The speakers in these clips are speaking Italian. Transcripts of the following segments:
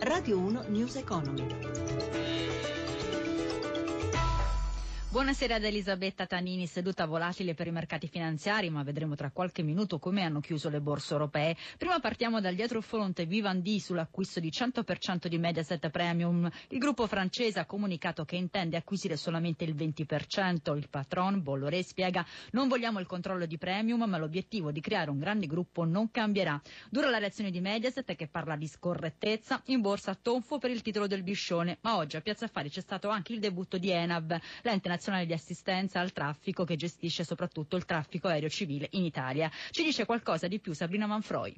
Radio 1 News Economy. Buonasera da Elisabetta Tanini. Seduta volatile per i mercati finanziari, ma vedremo tra qualche minuto come hanno chiuso le borse europee. Prima partiamo dal dietrofront Vivendi sull'acquisto di 100% di Mediaset Premium. Il gruppo francese ha comunicato che intende acquisire solamente il 20%. Il patron Bolloré spiega: non vogliamo il controllo di Premium, ma l'obiettivo di creare un grande gruppo non cambierà. Dura la reazione di Mediaset, che parla di scorrettezza. In borsa tonfo per il titolo del Biscione, ma oggi a Piazza Affari c'è stato anche il debutto di ENAV, l'ente nazionale di assistenza al traffico che gestisce soprattutto il traffico aereo civile in Italia. Ci dice qualcosa di più Sabrina Manfroi.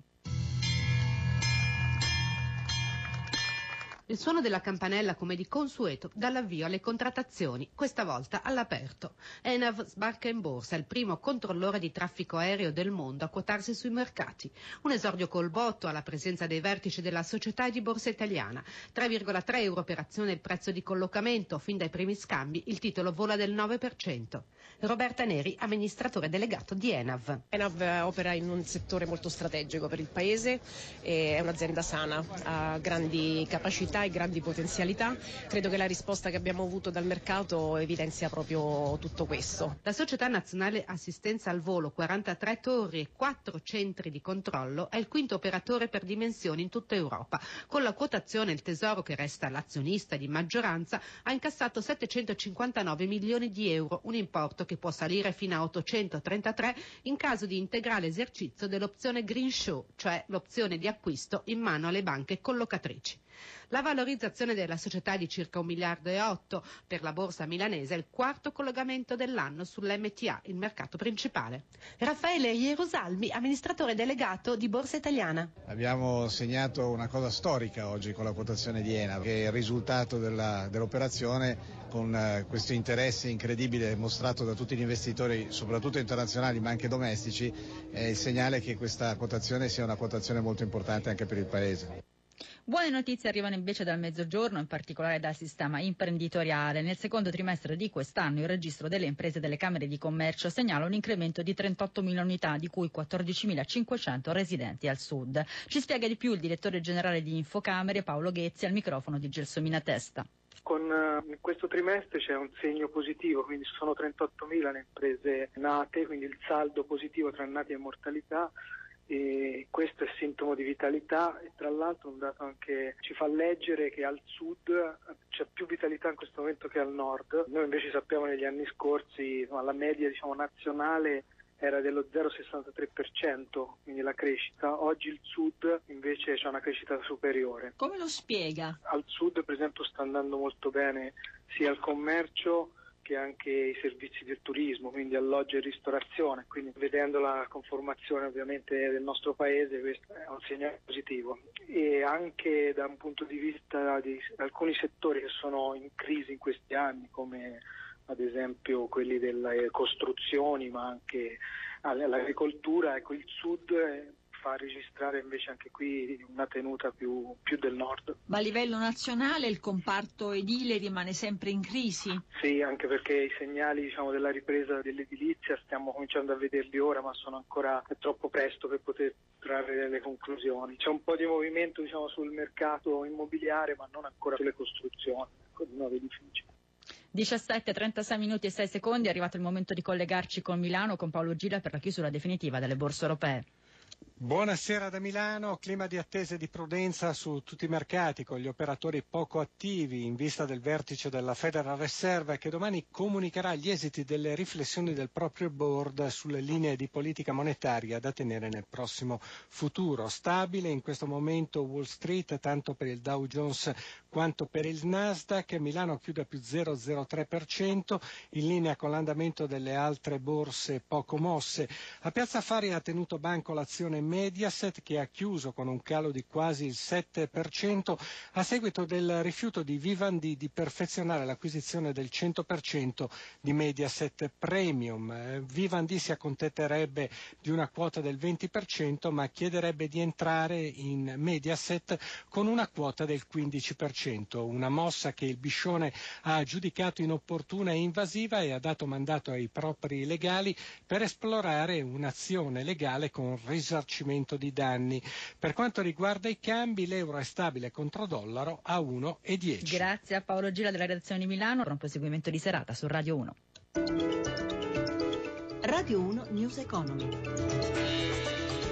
Il suono della campanella, come di consueto, dà l'avvio alle contrattazioni, questa volta all'aperto. ENAV sbarca in borsa, il primo controllore di traffico aereo del mondo a quotarsi sui mercati. Un esordio col botto alla presenza dei vertici della società e di borsa italiana. 3,3 euro per azione il prezzo di collocamento, fin dai primi scambi il titolo vola del 9%. Roberta Neri, amministratore delegato di ENAV. ENAV opera in un settore molto strategico per il Paese, è un'azienda sana, ha grandi capacità e grandi potenzialità. Credo che la risposta che abbiamo avuto dal mercato evidenzia proprio tutto questo. La Società Nazionale Assistenza al Volo, 43 torri e 4 centri di controllo, è il quinto operatore per dimensioni in tutta Europa. Con la quotazione il Tesoro, che resta l'azionista di maggioranza, ha incassato 759 milioni di euro, un importo che può salire fino a 833 in caso di integrale esercizio dell'opzione Green Show, cioè l'opzione di acquisto in mano alle banche collocatrici. La valorizzazione della società è di circa 1,8 miliardi. Per la borsa milanese è il quarto collocamento dell'anno sull'MTA, il mercato principale. Raffaele Ierusalmi, amministratore delegato di Borsa Italiana. Abbiamo segnato una cosa storica oggi con la quotazione di ENAV, che è il risultato dell'operazione, con questo interesse incredibile mostrato da tutti gli investitori, soprattutto internazionali ma anche domestici. È il segnale che questa quotazione sia una quotazione molto importante anche per il Paese. Buone notizie arrivano invece dal Mezzogiorno, in particolare dal sistema imprenditoriale. Nel secondo trimestre di quest'anno il registro delle imprese delle Camere di Commercio segnala un incremento di 38.000 unità, di cui 14.500 residenti al sud. Ci spiega di più il direttore generale di Infocamere, Paolo Ghezzi, al microfono di Gelsomina Testa. Con questo trimestre c'è un segno positivo, quindi sono 38.000 le imprese nate, quindi il saldo positivo tra nati e mortalità. E questo è sintomo di vitalità e tra l'altro un dato anche ci fa leggere che al sud c'è più vitalità in questo momento che al nord. Noi invece sappiamo negli anni scorsi la media nazionale era dello 0,63%, quindi la crescita. Oggi il sud invece c'è una crescita superiore. Come lo spiega? Al sud per esempio sta andando molto bene sia il commercio che anche i servizi del turismo, quindi alloggi e ristorazione, quindi vedendo la conformazione ovviamente del nostro paese questo è un segnale positivo. E anche da un punto di vista di alcuni settori che sono in crisi in questi anni, come ad esempio quelli delle costruzioni ma anche l'agricoltura, ecco il sud fa registrare invece anche qui una tenuta più del nord. Ma a livello nazionale il comparto edile rimane sempre in crisi? Sì, anche perché i segnali della ripresa dell'edilizia stiamo cominciando a vederli ora, ma sono ancora troppo presto per poter trarre delle conclusioni. C'è un po' di movimento sul mercato immobiliare, ma non ancora sulle costruzioni di nuovi edifici. 17:36 minuti e 6 secondi, è arrivato il momento di collegarci con Milano, con Paolo Gila per la chiusura definitiva delle borse europee. Buonasera da Milano, clima di attesa e di prudenza su tutti i mercati, con gli operatori poco attivi in vista del vertice della Federal Reserve, che domani comunicherà gli esiti delle riflessioni del proprio board sulle linee di politica monetaria da tenere nel prossimo futuro. Stabile in questo momento Wall Street, tanto per il Dow Jones quanto per il Nasdaq. Milano chiude a più 0,03%, in linea con l'andamento delle altre borse poco mosse. A Piazza Affari ha tenuto banco l'azione Mediaset, che ha chiuso con un calo di quasi il 7% a seguito del rifiuto di Vivendi di perfezionare l'acquisizione del 100% di Mediaset Premium. Vivendi si accontenterebbe di una quota del 20%, ma chiederebbe di entrare in Mediaset con una quota del 15%, una mossa che il Biscione ha giudicato inopportuna e invasiva e ha dato mandato ai propri legali per esplorare un'azione legale con risarcimento risarcimento di danni. Per quanto riguarda i cambi, l'euro è stabile contro dollaro a 1,10. Grazie a Paolo Gira della redazione di Milano. Buon proseguimento di serata su Radio 1. Radio 1 News Economy.